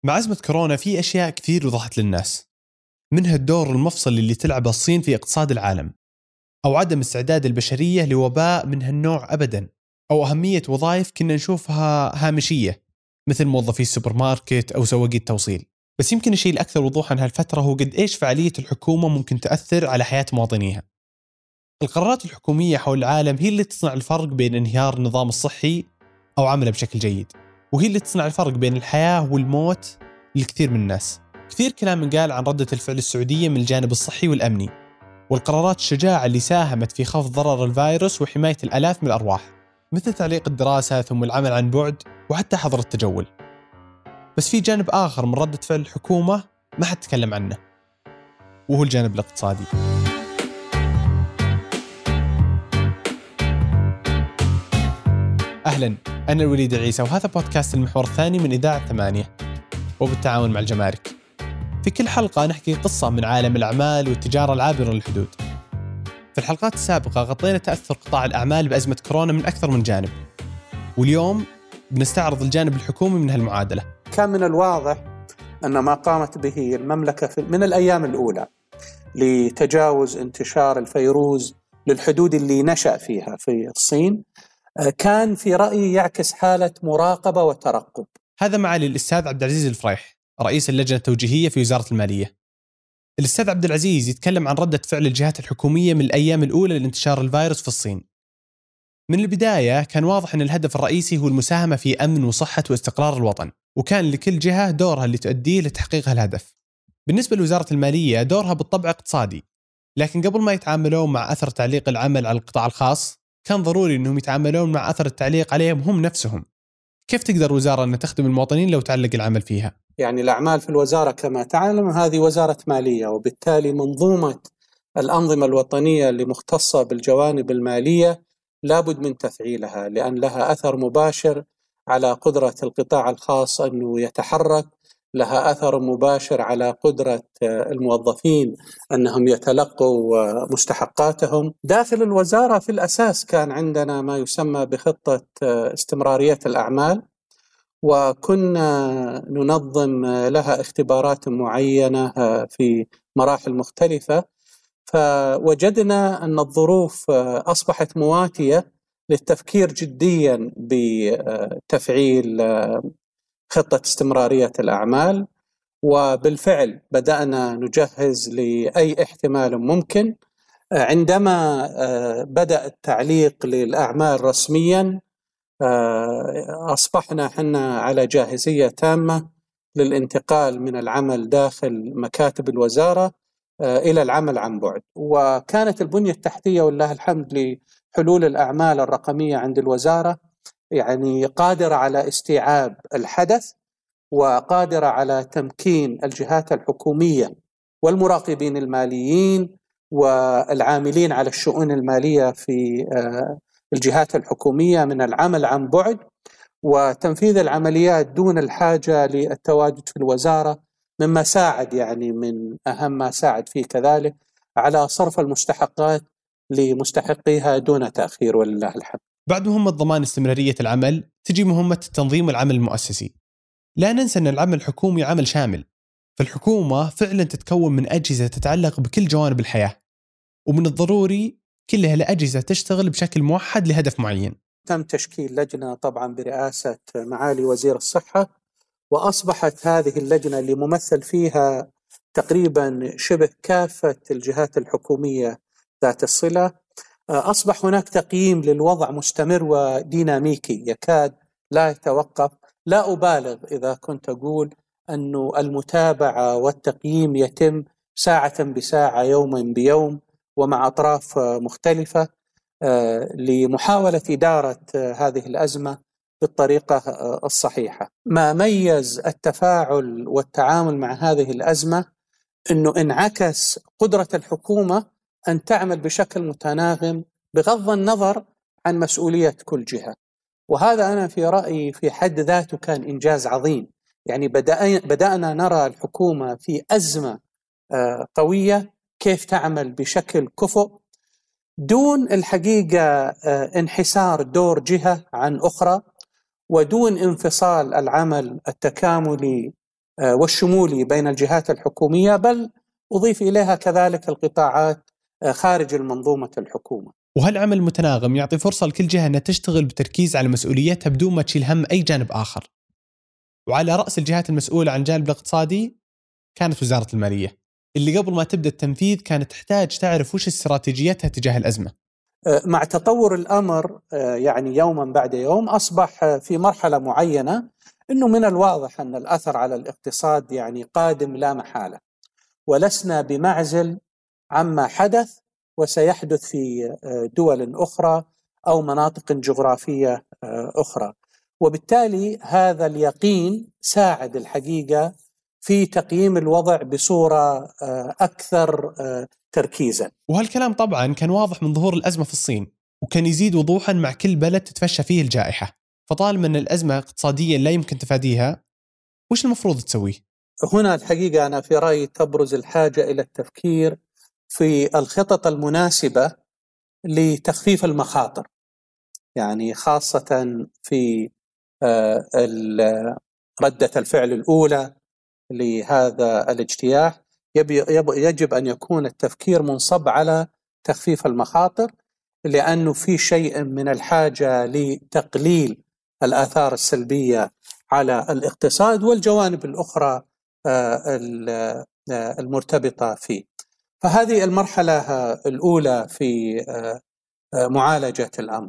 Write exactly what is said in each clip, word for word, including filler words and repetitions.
مع أزمة كورونا في أشياء كثير وضحت للناس، منها الدور المفصل اللي تلعبه الصين في اقتصاد العالم، أو عدم استعداد البشرية لوباء من هالنوع أبداً، أو أهمية وظائف كنا نشوفها هامشية مثل موظفي السوبر ماركت أو سواقي التوصيل. بس يمكن الشيء الأكثر وضوحاً هالفترة هو قد إيش فعالية الحكومة ممكن تأثر على حياة مواطنيها. القرارات الحكومية حول العالم هي اللي تصنع الفرق بين انهيار النظام الصحي أو عمله بشكل جيد، وهي اللي تصنع الفرق بين الحياة والموت لكثير من الناس. كثير كلام انقال عن ردة الفعل السعودية من الجانب الصحي والأمني، والقرارات الشجاعة اللي ساهمت في خفض ضرر الفيروس وحماية الآلاف من الأرواح، مثل تعليق الدراسة ثم العمل عن بعد وحتى حظر التجول. بس في جانب آخر من ردة فعل الحكومة ما حد تكلم عنه، وهو الجانب الاقتصادي. أهلاً، أنا الوليد العيسى، وهذا بودكاست المحور الثاني من إذاعة ثمانية وبالتعاون مع الجمارك. في كل حلقة نحكي قصة من عالم الأعمال والتجارة العابرة للحدود. في الحلقات السابقة غطينا تأثر قطاع الأعمال بأزمة كورونا من أكثر من جانب، واليوم بنستعرض الجانب الحكومي من هالمعادلة. كان من الواضح أن ما قامت به المملكة من الأيام الأولى لتجاوز انتشار الفيروس للحدود اللي نشأ فيها في الصين كان في رأيي يعكس حالة مراقبة وترقب. هذا معالي الأستاذ عبد العزيز الفريح، رئيس اللجنة التوجيهية في وزارة المالية. الأستاذ عبد العزيز يتكلم عن ردة فعل الجهات الحكومية من الأيام الأولى لانتشار الفيروس في الصين. من البداية كان واضح أن الهدف الرئيسي هو المساهمة في أمن وصحة واستقرار الوطن، وكان لكل جهة دورها اللي تؤديه لتحقيق هالهدف. بالنسبة لوزارة المالية دورها بالطبع اقتصادي، لكن قبل ما يتعاملون مع أثر تعليق العمل على القطاع الخاص كان ضروري أنهم يتعاملون مع أثر التعليق عليهم هم نفسهم. كيف تقدر وزارة أن تخدم المواطنين لو تعلق العمل فيها؟ يعني الأعمال في الوزارة كما تعلم هذه وزارة مالية، وبالتالي منظومة الأنظمة الوطنية اللي مختصة بالجوانب المالية لابد من تفعيلها، لأن لها أثر مباشر على قدرة القطاع الخاص أنه يتحرك، لها أثر مباشر على قدرة الموظفين أنهم يتلقوا مستحقاتهم. داخل الوزارة في الأساس كان عندنا ما يسمى بخطة استمرارية الأعمال، وكنا ننظم لها اختبارات معينة في مراحل مختلفة، فوجدنا أن الظروف أصبحت مواتية للتفكير جديا بتفعيل خطة استمرارية الأعمال. وبالفعل بدأنا نجهز لأي احتمال ممكن. عندما بدأ التعليق للأعمال رسميا أصبحنا حنا على جاهزية تامة للانتقال من العمل داخل مكاتب الوزارة إلى العمل عن بعد. وكانت البنية التحتية والله الحمد لحلول الأعمال الرقمية عند الوزارة يعني قادرة على استيعاب الحدث، وقادرة على تمكين الجهات الحكومية والمراقبين الماليين والعاملين على الشؤون المالية في الجهات الحكومية من العمل عن بعد وتنفيذ العمليات دون الحاجة للتواجد في الوزارة، مما ساعد يعني من أهم ما ساعد فيه كذلك على صرف المستحقات لمستحقيها دون تأخير ولله الحمد. بعد مهمة ضمان استمرارية العمل تجي مهمة التنظيم والعمل المؤسسي. لا ننسى أن العمل الحكومي عمل شامل، فالحكومة فعلا تتكون من أجهزة تتعلق بكل جوانب الحياة، ومن الضروري كلها الأجهزة تشتغل بشكل موحد لهدف معين. تم تشكيل لجنة طبعا برئاسة معالي وزير الصحة، وأصبحت هذه اللجنة اللي ممثل فيها تقريبا شبه كافة الجهات الحكومية ذات الصلة. أصبح هناك تقييم للوضع مستمر وديناميكي يكاد لا يتوقف. لا أبالغ إذا كنت أقول أن المتابعة والتقييم يتم ساعة بساعة يوما بيوم ومع أطراف مختلفة لمحاولة إدارة هذه الأزمة بالطريقة الصحيحة. ما ميز التفاعل والتعامل مع هذه الأزمة أنه انعكس قدرة الحكومة أن تعمل بشكل متناغم بغض النظر عن مسؤولية كل جهة، وهذا أنا في رأيي في حد ذاته كان إنجاز عظيم. يعني بدأنا نرى الحكومة في أزمة قوية كيف تعمل بشكل كفؤ دون الحقيقة انحسار دور جهة عن أخرى، ودون انفصال العمل التكاملي والشمولي بين الجهات الحكومية، بل أضيف إليها كذلك القطاعات خارج المنظومة الحكومة. وهالعمل المتناغم يعطي فرصة لكل جهة أنها تشتغل بتركيز على مسؤوليتها بدون ما تشيل هم أي جانب آخر. وعلى رأس الجهات المسؤولة عن الجانب الاقتصادي كانت وزارة المالية، اللي قبل ما تبدأ التنفيذ كانت تحتاج تعرف وش استراتيجيتها تجاه الأزمة. مع تطور الأمر يعني يوما بعد يوم أصبح في مرحلة معينة أنه من الواضح أن الأثر على الاقتصاد يعني قادم لا محالة، ولسنا بمعزل عما حدث وسيحدث في دول أخرى أو مناطق جغرافية أخرى. وبالتالي هذا اليقين ساعد الحقيقة في تقييم الوضع بصورة أكثر تركيزا. وهالكلام طبعا كان واضح من ظهور الأزمة في الصين، وكان يزيد وضوحا مع كل بلد تتفشى فيه الجائحة. فطالما أن الأزمة اقتصاديا لا يمكن تفاديها، وش المفروض تسويه؟ هنا الحقيقة أنا في رأيي تبرز الحاجة إلى التفكير في الخطط المناسبة لتخفيف المخاطر، يعني خاصة في ردة الفعل الأولى لهذا الاجتياح. يجب أن يكون التفكير منصب على تخفيف المخاطر، لأنه في شيء من الحاجة لتقليل الآثار السلبية على الاقتصاد والجوانب الأخرى المرتبطة فيه. فهذه المرحلة الأولى في معالجة الأمر.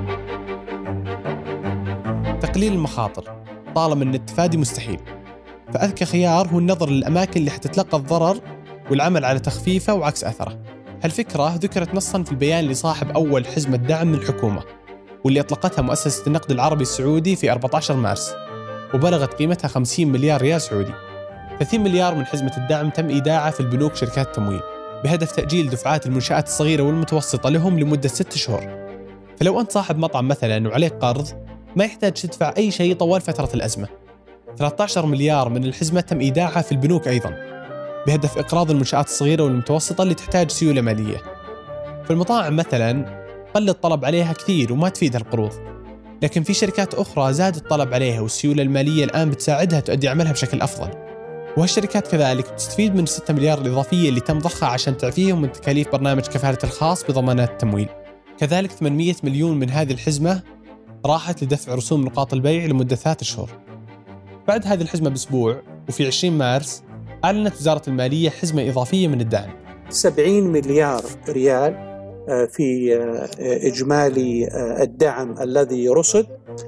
تقليل المخاطر طالما أن التفادي مستحيل، فأذكى خيار هو النظر للأماكن اللي حتتلقى الضرر والعمل على تخفيفه وعكس أثره. هالفكرة ذكرت نصاً في البيان لصاحب أول حزمة دعم من الحكومة، واللي أطلقتها مؤسسة النقد العربي السعودي في أربعة عشر مارس، وبلغت قيمتها خمسين مليار ريال سعودي. ثلاثين مليار من حزمة الدعم تم إيداعها في البنوك وشركات التمويل بهدف تأجيل دفعات المنشآت الصغيرة والمتوسطة لهم لمدة ست شهور. فلو أنت صاحب مطعم مثلاً وعليك قرض، ما يحتاج تدفع أي شيء طوال فترة الأزمة. ثلاثة عشر مليار من الحزمة تم إيداعها في البنوك أيضاً بهدف إقراض المنشآت الصغيرة والمتوسطة اللي تحتاج سيولة مالية. في المطاعم مثلاً قل الطلب عليها كثير وما تفيدها القروض، لكن في شركات أخرى زاد الطلب عليها والسيولة المالية الآن بتساعدها تؤدي عملها بشكل أفضل. وهالشركات كذلك بتستفيد من ستة مليار الإضافية اللي تم ضخها عشان تعفيهم من تكاليف برنامج كفالة الخاص بضمانات التمويل. كذلك ثمانمئة مليون من هذه الحزمة راحت لدفع رسوم نقاط البيع لمدة ثلاثة شهور. بعد هذه الحزمة بأسبوع وفي عشرين مارس أعلنت وزارة المالية حزمة إضافية من الدعم سبعين مليار ريال في إجمالي الدعم الذي رصد،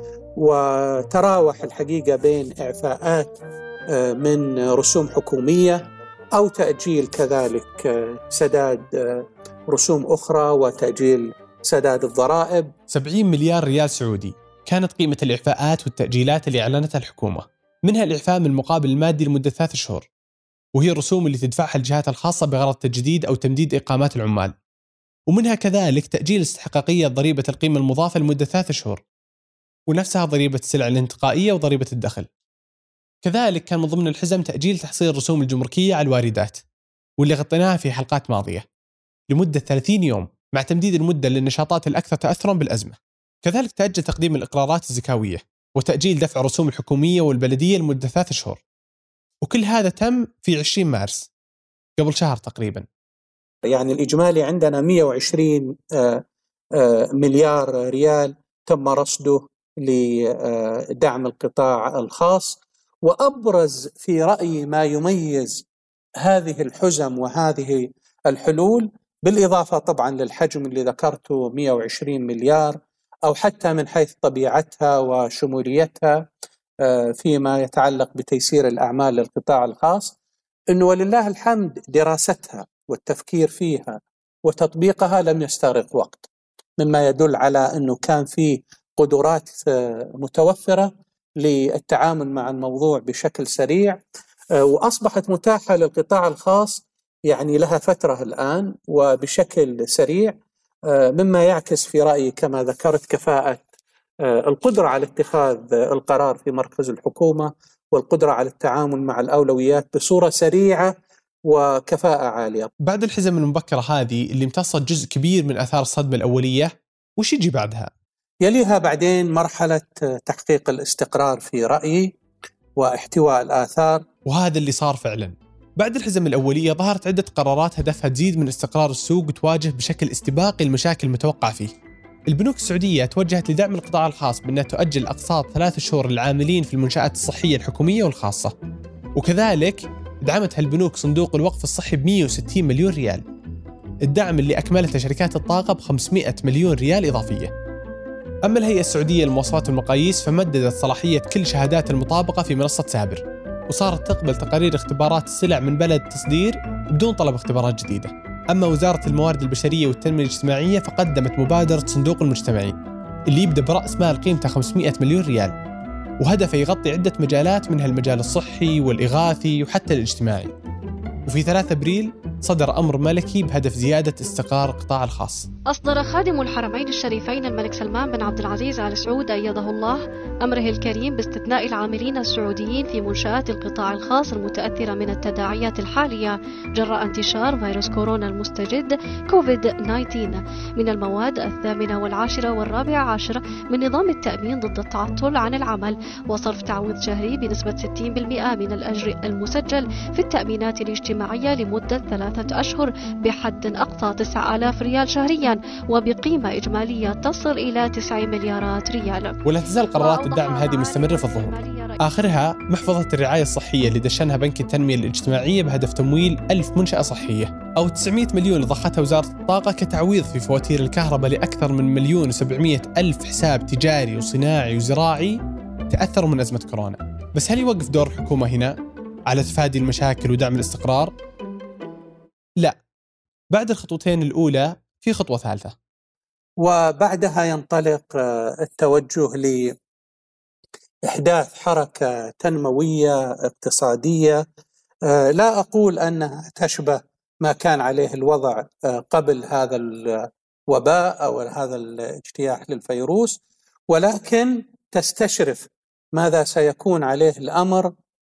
وتراوح الحقيقة بين إعفاءات من رسوم حكومية أو تأجيل كذلك سداد رسوم أخرى وتأجيل سداد الضرائب. سبعين مليار ريال سعودي كانت قيمة الإعفاءات والتأجيلات اللي أعلنتها الحكومة، منها الإعفاء من المقابل المادي لمدة ثلاث شهور، وهي الرسوم اللي تدفعها الجهات الخاصة بغرض تجديد أو تمديد إقامات العمال، ومنها كذلك تأجيل استحقاقية ضريبة القيمة المضافة لمدة ثلاث شهور، ونفسها ضريبة السلع الانتقائية وضريبة الدخل. كذلك كان من ضمن الحزم تأجيل تحصيل الرسوم الجمركية على الواردات، واللي غطيناها في حلقات ماضية، لمدة ثلاثين يوم مع تمديد المدة للنشاطات الأكثر تأثراً بالأزمة. كذلك تأجل تقديم الإقرارات الزكاوية وتأجيل دفع الرسوم الحكومية والبلدية لمدة ثلاث شهور، وكل هذا تم في عشرين مارس قبل شهر تقريباً. يعني الإجمالي عندنا مئة وعشرين مليار ريال تم رصده لدعم القطاع الخاص. وأبرز في رأيي ما يميز هذه الحزم وهذه الحلول، بالإضافة طبعا للحجم اللي ذكرته مئة وعشرين مليار، أو حتى من حيث طبيعتها وشموليتها فيما يتعلق بتيسير الأعمال للقطاع الخاص، إنه ولله الحمد دراستها والتفكير فيها وتطبيقها لم يستغرق وقت، مما يدل على أنه كان فيه قدرات متوفرة للتعامل مع الموضوع بشكل سريع، وأصبحت متاحة للقطاع الخاص يعني لها فترة الآن وبشكل سريع، مما يعكس في رأيي كما ذكرت كفاءة القدرة على اتخاذ القرار في مركز الحكومة والقدرة على التعامل مع الأولويات بصورة سريعة وكفاءة عالية. بعد الحزم المبكرة هذه اللي امتصت جزء كبير من آثار الصدمة الأولية، وش يجي بعدها؟ يليها بعدين مرحلة تحقيق الاستقرار في رأيي، واحتواء الآثار. وهذا اللي صار فعلا. بعد الحزم الأولية ظهرت عدة قرارات هدفها تزيد من استقرار السوق وتواجه بشكل استباقي المشاكل المتوقع فيه. البنوك السعودية توجهت لدعم القطاع الخاص بأنها تؤجل أقساط ثلاث شهور للعاملين في المنشآت الصحية الحكومية والخاصة، وكذلك دعمت هالبنوك صندوق الوقف الصحي ب مئة وستين مليون ريال، الدعم اللي أكملته شركات الطاقة ب خمسمئة مليون ريال إضافية. أما الهيئة السعودية للمواصفات والمقاييس فمددت صلاحية كل شهادات المطابقة في منصة سابر، وصارت تقبل تقارير اختبارات السلع من بلد تصدير بدون طلب اختبارات جديدة. أما وزارة الموارد البشرية والتنمية الاجتماعية فقدمت مبادرة صندوق المجتمعي اللي يبدأ برأس مال قيمته خمسمئة مليون ريال، وهدفه يغطي عدة مجالات منها المجال الصحي والإغاثي وحتى الاجتماعي. وفي ثلاثة أبريل صدر أمر ملكي بهدف زيادة استقرار القطاع الخاص. أصدر خادم الحرمين الشريفين الملك سلمان بن عبد العزيز آل سعود أيده الله أمره الكريم باستثناء العاملين السعوديين في منشآت القطاع الخاص المتأثرة من التداعيات الحالية جراء انتشار فيروس كورونا المستجد كوفيد تسعة عشر من المواد الثامنة والعاشرة والرابعة عشر من نظام التأمين ضد التعطل عن العمل، وصرف تعويض شهري بنسبة ستين بالمئة من الأجر المسجل في التأمينات الاجتماعية لمدة ثلاثة أشهر بحد أقصى تسعة آلاف ريال شهريا وبقيمة إجمالية تصل إلى تسعة مليارات ريال. ولا تزال قرارات الدعم هذه مستمرة في الظهور، آخرها محفظة الرعاية الصحية اللي دشنها بنك التنمية الاجتماعية بهدف تمويل ألف منشأة صحية، أو تسعمئة مليون ضختها وزارة الطاقة كتعويض في فواتير الكهرباء لأكثر من مليون وسبعمئة ألف حساب تجاري وصناعي وزراعي تأثروا من أزمة كورونا. بس هل يوقف دور الحكومة هنا على تفادي المشاكل ودعم الاستقرار؟ لا، بعد الخطوتين الأولى في خطوة ثالثة، وبعدها ينطلق التوجه لإحداث حركة تنموية اقتصادية لا أقول أنها تشبه ما كان عليه الوضع قبل هذا الوباء أو هذا الاجتياح للفيروس، ولكن تستشرف ماذا سيكون عليه الأمر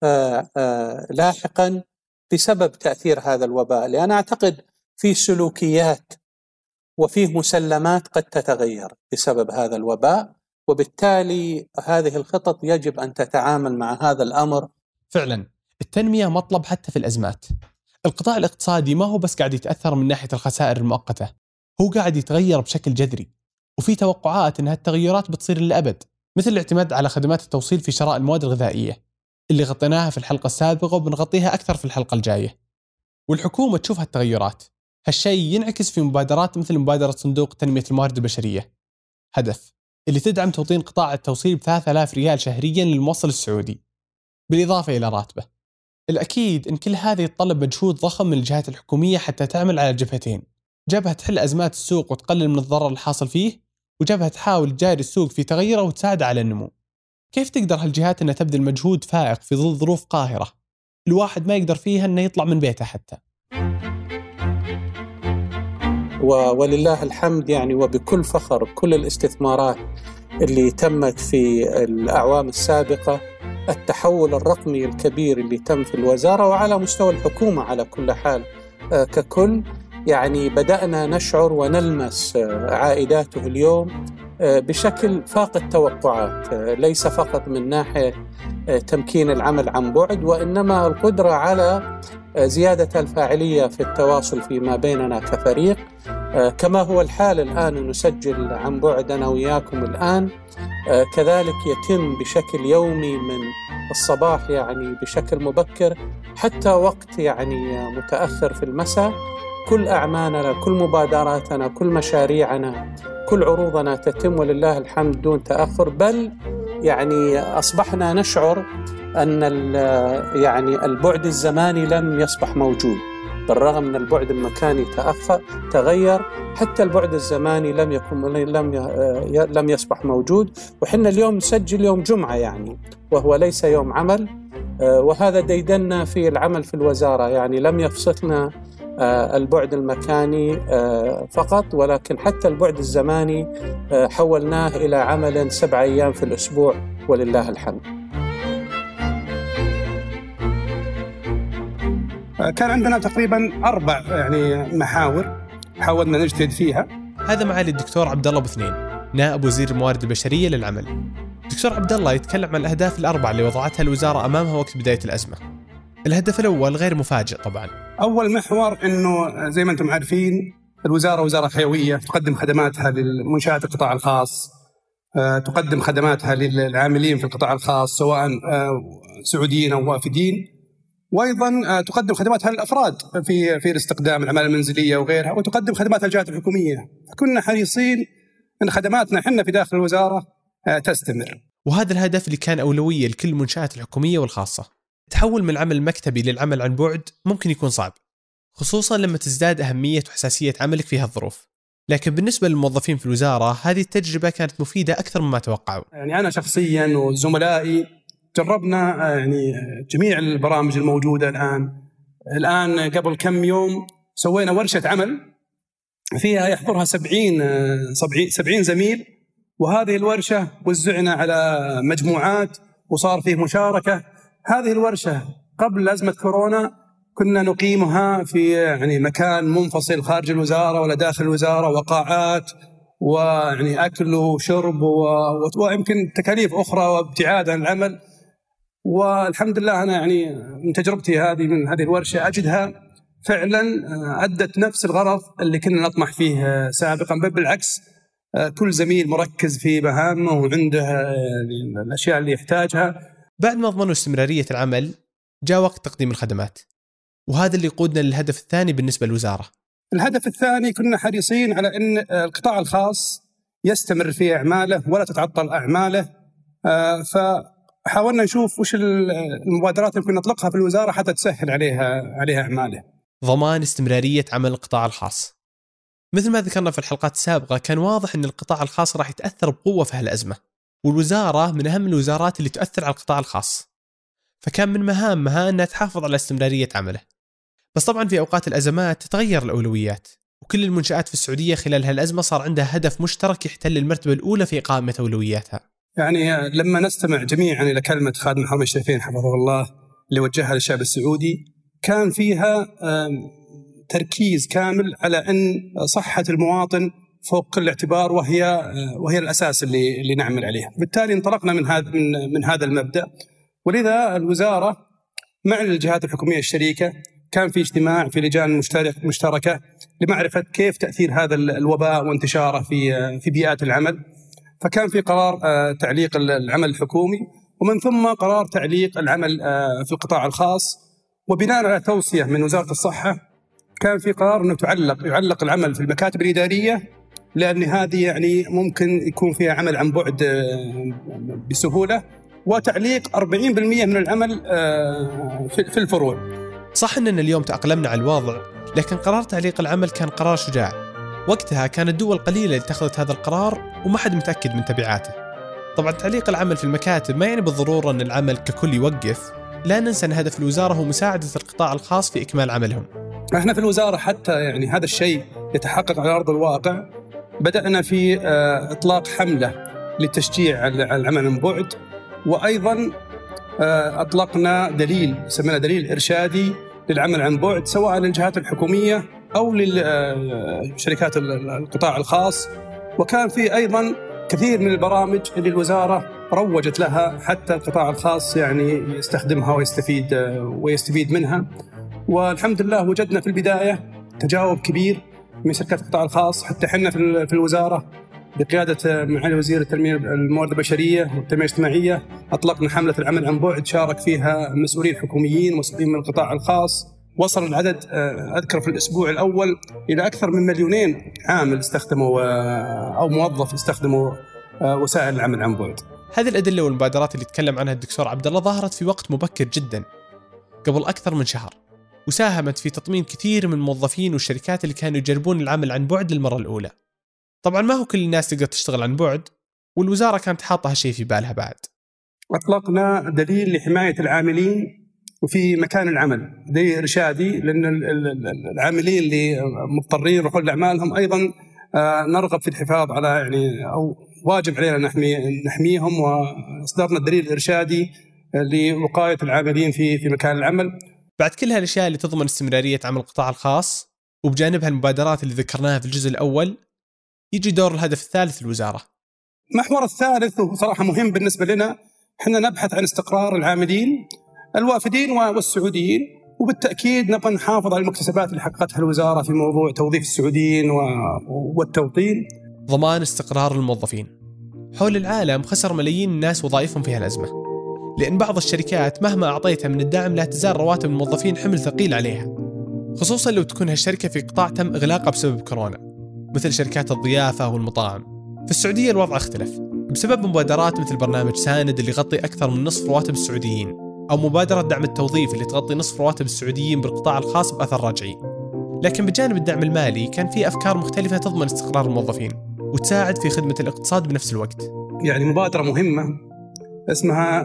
لاحقا بسبب تأثير هذا الوباء، لأن أعتقد في سلوكيات وفيه مسلمات قد تتغير بسبب هذا الوباء، وبالتالي هذه الخطط يجب أن تتعامل مع هذا الأمر. فعلا التنمية مطلب حتى في الأزمات. القطاع الاقتصادي ما هو بس قاعد يتأثر من ناحية الخسائر المؤقتة، هو قاعد يتغير بشكل جذري، وفي توقعات أن هالتغيرات بتصير للأبد، مثل الاعتماد على خدمات التوصيل في شراء المواد الغذائية اللي غطيناها في الحلقة السابقة وبنغطيها أكثر في الحلقة الجاية. والحكومة تشوف هالتغيرات، هالشيء ينعكس في مبادرات مثل مبادرة صندوق تنمية الموارد البشرية هدف اللي تدعم توطين قطاع التوصيل بثلاثة آلاف ريال شهريا للموصل السعودي بالإضافة إلى راتبه. الأكيد أن كل هذا يتطلب مجهود ضخم من الجهات الحكومية حتى تعمل على جبهتين، جبهة تحل أزمات السوق وتقلل من الضرر الحاصل فيه، وجبهة تحاول تجاري السوق في تغيره وتساعد على النمو. كيف تقدر هالجهات أنها تبذل مجهود فائق في ظل ظروف قاهرة الواحد ما يقدر فيها أنه يطلع من بيته حتى؟ ولله الحمد يعني وبكل فخر كل الاستثمارات اللي تمت في الأعوام السابقة، التحول الرقمي الكبير اللي تم في الوزارة وعلى مستوى الحكومة على كل حال ككل، يعني بدأنا نشعر ونلمس عائداته اليوم بشكل فاق التوقعات، ليس فقط من ناحية تمكين العمل عن بعد، وإنما القدرة على زيادة الفاعلية في التواصل فيما بيننا كفريق، كما هو الحال الآن نسجل عن بعد أنا وياكم الآن، كذلك يتم بشكل يومي من الصباح يعني بشكل مبكر حتى وقت يعني متأخر في المساء. كل أعمالنا، كل مبادراتنا، كل مشاريعنا، كل عروضنا تتم ولله الحمد دون تأخر، بل يعني أصبحنا نشعر أن يعني البعد الزماني لم يصبح موجود، بالرغم من البعد المكاني تأخر تغير، حتى البعد الزماني لم يكن لم لم يصبح موجود. وحنا اليوم نسجل يوم جمعة يعني وهو ليس يوم عمل، وهذا ديدنا في العمل في الوزارة، يعني لم يفصلنا البعد المكاني فقط، ولكن حتى البعد الزماني حولناه إلى عمل سبع أيام في الأسبوع ولله الحمد. كان عندنا تقريبا أربع يعني محاور حاولنا نجتهد فيها. هذا معالي الدكتور عبد الله بثنين، نائب وزير الموارد البشرية للعمل. دكتور عبد الله يتكلم عن الأهداف الأربعة اللي وضعتها الوزارة أمامها وقت بداية الأزمة. الهدف الأول غير مفاجئ طبعا. أول محور إنه زي ما أنتم عارفين الوزارة وزارة حيوية تقدم خدماتها للمنشآت القطاع الخاص، تقدم خدماتها للعاملين في القطاع الخاص سواء سعوديين أو وافدين، وأيضا تقدم خدماتها للأفراد في في الاستخدام العمالة المنزلية وغيرها، وتقدم خدمات الجهات الحكومية. فكنا حريصين أن خدماتنا حنا في داخل الوزارة تستمر. وهذا الهدف اللي كان أولوية لكل المنشآت الحكومية والخاصة. التحول من العمل المكتبي للعمل عن بعد ممكن يكون صعب، خصوصا لما تزداد أهمية وحساسية عملك في هالظروف. لكن بالنسبة للموظفين في الوزارة هذه التجربة كانت مفيدة أكثر مما توقعوا. يعني أنا شخصيا وزملائي جربنا يعني جميع البرامج الموجودة الآن. الآن قبل كم يوم سوينا ورشة عمل فيها يحضرها سبعين سبعين زميل، وهذه الورشة وزعنا على مجموعات وصار فيه مشاركة. هذه الورشة قبل أزمة كورونا كنا نقيمها في يعني مكان منفصل خارج الوزارة ولا داخل الوزارة، وقاعات ويعني أكل وشرب ويمكن تكاليف أخرى وابتعاد عن العمل. والحمد لله أنا يعني من تجربتي هذه من هذه الورشة أجدها فعلا أدت نفس الغرض اللي كنا نطمح فيه سابقا، بل بالعكس كل زميل مركز في مهامه وعنده الأشياء اللي يحتاجها. بعد ما ضمنوا استمرارية العمل جاء وقت تقديم الخدمات، وهذا اللي يقودنا للهدف الثاني بالنسبة للوزارة. الهدف الثاني كنا حريصين على أن القطاع الخاص يستمر في أعماله ولا تتعطل أعماله، فحاولنا نشوف وش المبادرات اللي كنا نطلقها في الوزارة حتى تسهل عليها عليها أعماله. ضمان استمرارية عمل القطاع الخاص. مثل ما ذكرنا في الحلقات السابقة كان واضح أن القطاع الخاص راح يتأثر بقوة في هالأزمة، والوزارة من أهم الوزارات اللي تؤثر على القطاع الخاص، فكان من مهامها أنها تحافظ على استمرارية عمله. بس طبعا في أوقات الأزمات تتغير الأولويات، وكل المنشآت في السعودية خلال هالأزمة صار عندها هدف مشترك يحتل المرتبة الأولى في قائمة أولوياتها. يعني لما نستمع جميعا إلى كلمة خادم الحرمين الشريفين حفظه الله اللي وجهها للشعب السعودي، كان فيها تركيز كامل على أن صحة المواطن فوق كل اعتبار، وهي وهي الأساس اللي اللي نعمل عليه. بالتالي انطلقنا من هذا من, من هذا المبدأ، ولذا الوزارة مع الجهات الحكومية الشريكة كان في اجتماع في لجان مشترك مشتركة لمعرفة كيف تأثير هذا الوباء وانتشاره في في بيئات العمل. فكان في قرار تعليق العمل الحكومي، ومن ثم قرار تعليق العمل في القطاع الخاص، وبناء على توصية من وزارة الصحة كان في قرار أنه تعلق يعلق العمل في المكاتب الإدارية، لأن هذه يعني ممكن يكون فيها عمل عن بعد بسهولة، وتعليق أربعين بالمئة من العمل في الفروع. صح أننا اليوم تأقلمنا على الوضع، لكن قرار تعليق العمل كان قرار شجاع. وقتها كانت دول قليلة اللي اتخذت هذا القرار وما حد متأكد من تبعاته. طبعا تعليق العمل في المكاتب ما يعني بالضرورة أن العمل ككل يوقف، لا ننسى أن هدف الوزارة هو مساعدة القطاع الخاص في إكمال عملهم. احنا في الوزارة حتى يعني هذا الشيء يتحقق على أرض الواقع، بدأنا في إطلاق حملة للتشجيع على العمل عن بعد، وأيضا أطلقنا دليل سمينا دليل إرشادي للعمل عن بعد سواء للجهات الحكومية أو للشركات القطاع الخاص. وكان في أيضا كثير من البرامج اللي الوزارة روجت لها حتى القطاع الخاص يعني يستخدمها ويستفيد ويستفيد منها. والحمد لله وجدنا في البداية تجاوب كبير من شركات القطاع الخاص، حتى حنا في الوزارة بقيادة معالي وزير التنمية الموارد البشرية والتنمية الاجتماعية أطلقنا حملة العمل عن بعد، شارك فيها مسؤولين حكوميين ومسؤولين من القطاع الخاص. وصل العدد أذكر في الأسبوع الأول إلى أكثر من مليونين عامل استخدموا أو موظف استخدموا وسائل العمل عن بعد. هذه الأدلة والمبادرات اللي تكلم عنها الدكتور عبد الله ظهرت في وقت مبكر جدا قبل أكثر من شهر، وساهمت في تطمين كثير من الموظفين والشركات اللي كانوا يجربون العمل عن بعد للمرة الأولى. طبعا ما هو كل الناس تقدر تشتغل عن بعد، والوزارة كانت حاطة هالشيء في بالها. بعد أطلقنا دليل لحماية العاملين وفي مكان العمل، دليل إرشادي، لأن العاملين اللي مضطرين يروحون لأعمالهم أيضا نرغب في الحفاظ على يعني أو واجب علينا نحمي نحميهم، وأصدرنا الدليل الإرشادي لوقاية العاملين في في مكان العمل. بعد كل هالأشياء اللي تضمن استمرارية عمل القطاع الخاص وبجانبها المبادرات اللي ذكرناها في الجزء الأول، يجي دور الهدف الثالث الوزارة. المحور الثالث وصراحة مهم بالنسبة لنا، احنا نبحث عن استقرار العاملين الوافدين والسعوديين، وبالتأكيد نبغى نحافظ على المكتسبات اللي حققتها الوزارة في موضوع توظيف السعوديين والتوطين. ضمان استقرار الموظفين. حول العالم خسر ملايين الناس وظائفهم في هالأزمة، لأن بعض الشركات مهما أعطيتها من الدعم لا تزال رواتب الموظفين حمل ثقيل عليها، خصوصاً لو تكون هالشركة في قطاع تم إغلاقه بسبب كورونا، مثل شركات الضيافة والمطاعم. في السعودية الوضع اختلف بسبب مبادرات مثل برنامج ساند اللي يغطي أكثر من نصف رواتب السعوديين، أو مبادرة دعم التوظيف اللي تغطي نصف رواتب السعوديين بالقطاع الخاص بأثر رجعي. لكن بجانب الدعم المالي كان في أفكار مختلفة تضمن استقرار الموظفين وتساعد في خدمة الاقتصاد بنفس الوقت. يعني مبادرة مهمة اسمها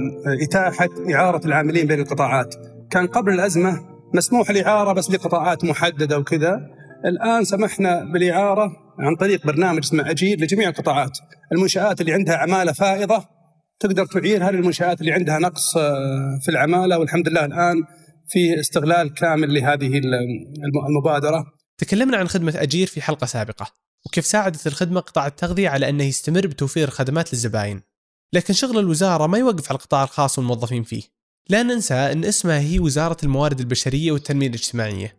إتاحة إعارة العاملين بين القطاعات. كان قبل الأزمة مسموح الإعارة بس لقطاعات محددة وكذا، الآن سمحنا بالإعارة عن طريق برنامج اسمه أجير لجميع القطاعات. المنشآت اللي عندها عمالة فائضة تقدر تعيرها للمنشآت اللي عندها نقص في العمالة، والحمد لله الآن في استغلال كامل لهذه المبادرة. تكلمنا عن خدمة أجير في حلقة سابقة، وكيف ساعدت الخدمة قطاع التغذية على أنه يستمر بتوفير خدمات للزبائن. لكن شغل الوزارة ما يوقف على القطاع الخاص والموظفين فيه. لا ننسى أن اسمها هي وزارة الموارد البشرية والتنمية الاجتماعية،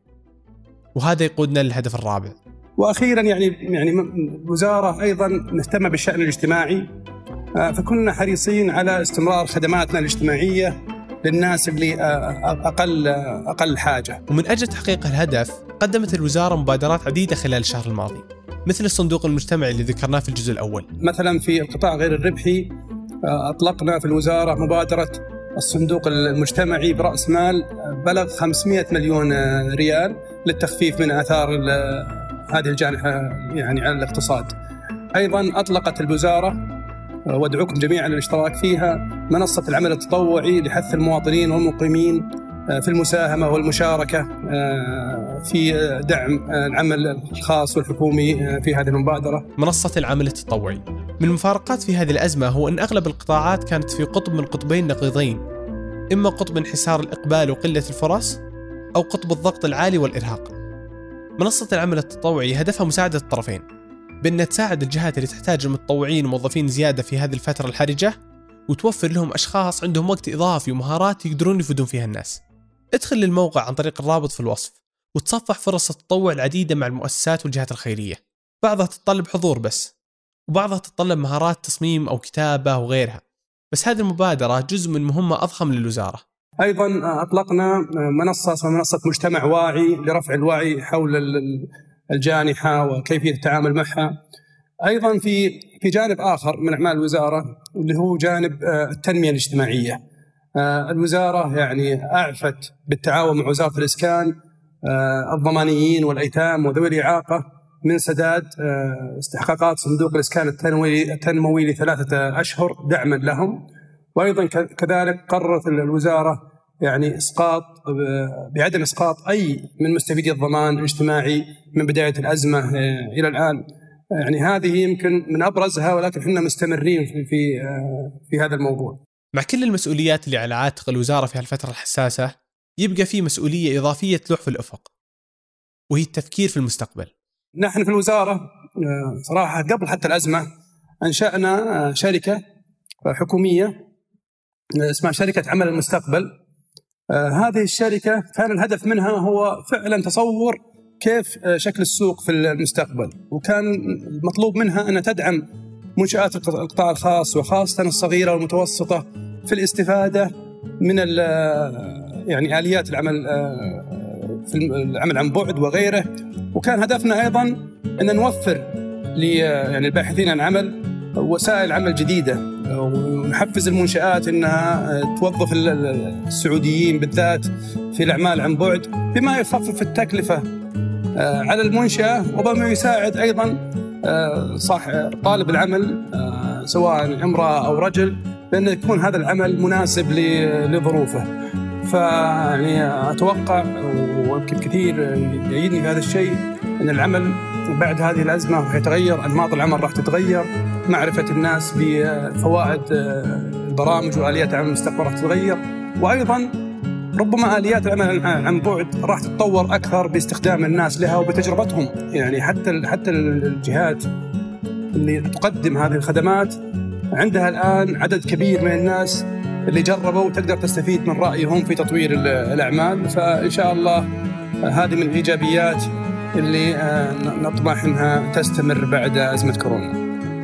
وهذا يقودنا للهدف الرابع. وأخيرا يعني يعني الوزارة أيضا مهتمة بالشأن الاجتماعي، فكنا حريصين على استمرار خدماتنا الاجتماعية للناس اللي أقل أقل حاجة. ومن أجل تحقيق الهدف قدمت الوزارة مبادرات عديدة خلال الشهر الماضي، مثل الصندوق المجتمعي اللي ذكرناه في الجزء الأول. مثلا في القطاع غير الربحي أطلقنا في الوزارة مبادرة الصندوق المجتمعي برأس مال بلغ خمسمائة مليون ريال للتخفيف من آثار هذه الجانحة يعني على الاقتصاد. أيضا أطلقت الوزارة وادعوكم جميعا للاشتراك فيها منصة العمل التطوعي لحث المواطنين والمقيمين في المساهمة والمشاركة في دعم العمل الخاص والحكومي في هذه المبادرة. منصة العمل التطوعي. من المفارقات في هذه الأزمة هو أن أغلب القطاعات كانت في قطب من قطبين نقيضين، إما قطب انحسار الإقبال وقلة الفرص، أو قطب الضغط العالي والإرهاق. منصة العمل التطوعي هدفها مساعدة الطرفين، بأنها تساعد الجهات اللي تحتاج المتطوعين وموظفين زيادة في هذه الفترة الحرجة، وتوفر لهم أشخاص عندهم وقت إضافي ومهارات يقدرون يفيدون فيها الناس. ادخل للموقع عن طريق الرابط في الوصف وتصفح فرص التطوع العديدة مع المؤسسات والجهات الخيرية. بعضها تتطلب حضور بس، وبعضها تتطلب مهارات تصميم أو كتابة وغيرها، بس هذه المبادرة جزء من مهمة أضخم للوزارة. أيضا أطلقنا منصة اسمها منصة مجتمع واعي لرفع الوعي حول الجانحة وكيفية التعامل معها. أيضا في في جانب آخر من أعمال الوزارة اللي هو جانب التنمية الاجتماعية. الوزارة يعني أعفت بالتعاون مع وزارة الإسكان الضمانيين والأيتام وذوي الإعاقة من سداد استحقاقات صندوق الإسكان التنموي التنموي لثلاثة أشهر دعما لهم. وأيضا كذلك قررت الوزارة يعني إسقاط بعدم إسقاط أي من مستفيدي الضمان الاجتماعي من بداية الأزمة إلى الآن. يعني هذه يمكن من أبرزها، ولكن إحنا مستمرين في في في هذا الموضوع. مع كل المسؤوليات اللي على عاتق الوزارة في هالفترة الحساسة، يبقى في مسؤولية إضافية تلوح في الأفق، وهي التفكير في المستقبل. نحن في الوزارة صراحة قبل حتى الأزمة أنشأنا شركة حكومية اسمها شركة عمل المستقبل. هذه الشركة كان الهدف منها هو فعلا تصور كيف شكل السوق في المستقبل، وكان مطلوب منها أن تدعم منشآت القطاع الخاص وخاصة الصغيرة والمتوسطة في الاستفادة من يعني آليات العمل في العمل عن بعد وغيره. وكان هدفنا أيضا أن نوفر يعني الباحثين عن عمل وسائل عمل جديدة، ونحفز المنشآت أنها توظف السعوديين بالذات في الأعمال عن بعد بما يخفف التكلفة على المنشأة، وبما يساعد أيضا صاحب طالب العمل سواء امرأة أو رجل بأن يكون هذا العمل مناسب لظروفه. فيعني أتوقع ويمكن كثير يعيدني في هذا الشيء أن العمل بعد هذه الأزمة راح يتغير، أنماط العمل راح تتغير، معرفة الناس بفوائد البرامج وآليات العمل المستقبل راح تتغير، وأيضا ربما آليات العمل عن بعد راح تتطور أكثر باستخدام الناس لها وبتجربتهم. يعني حتى حتى الجهات اللي تقدم هذه الخدمات عندها الآن عدد كبير من الناس اللي جربوا وتقدر تستفيد من رأيهم في تطوير الأعمال. فإن شاء الله هذه من الإيجابيات اللي نطمح أنها تستمر بعد أزمة كورونا.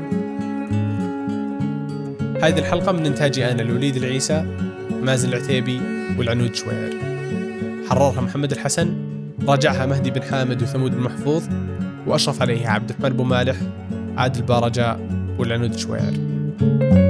هذه الحلقة من إنتاجي أنا الوليد العيسى، مازن العتيبي والعنود شوير. حررها محمد الحسن، راجعها مهدي بن حامد وثمود المحفوظ، وأشرف عليها عبد الرحمن بو مالح، عادل بارجاء والعنود شوير.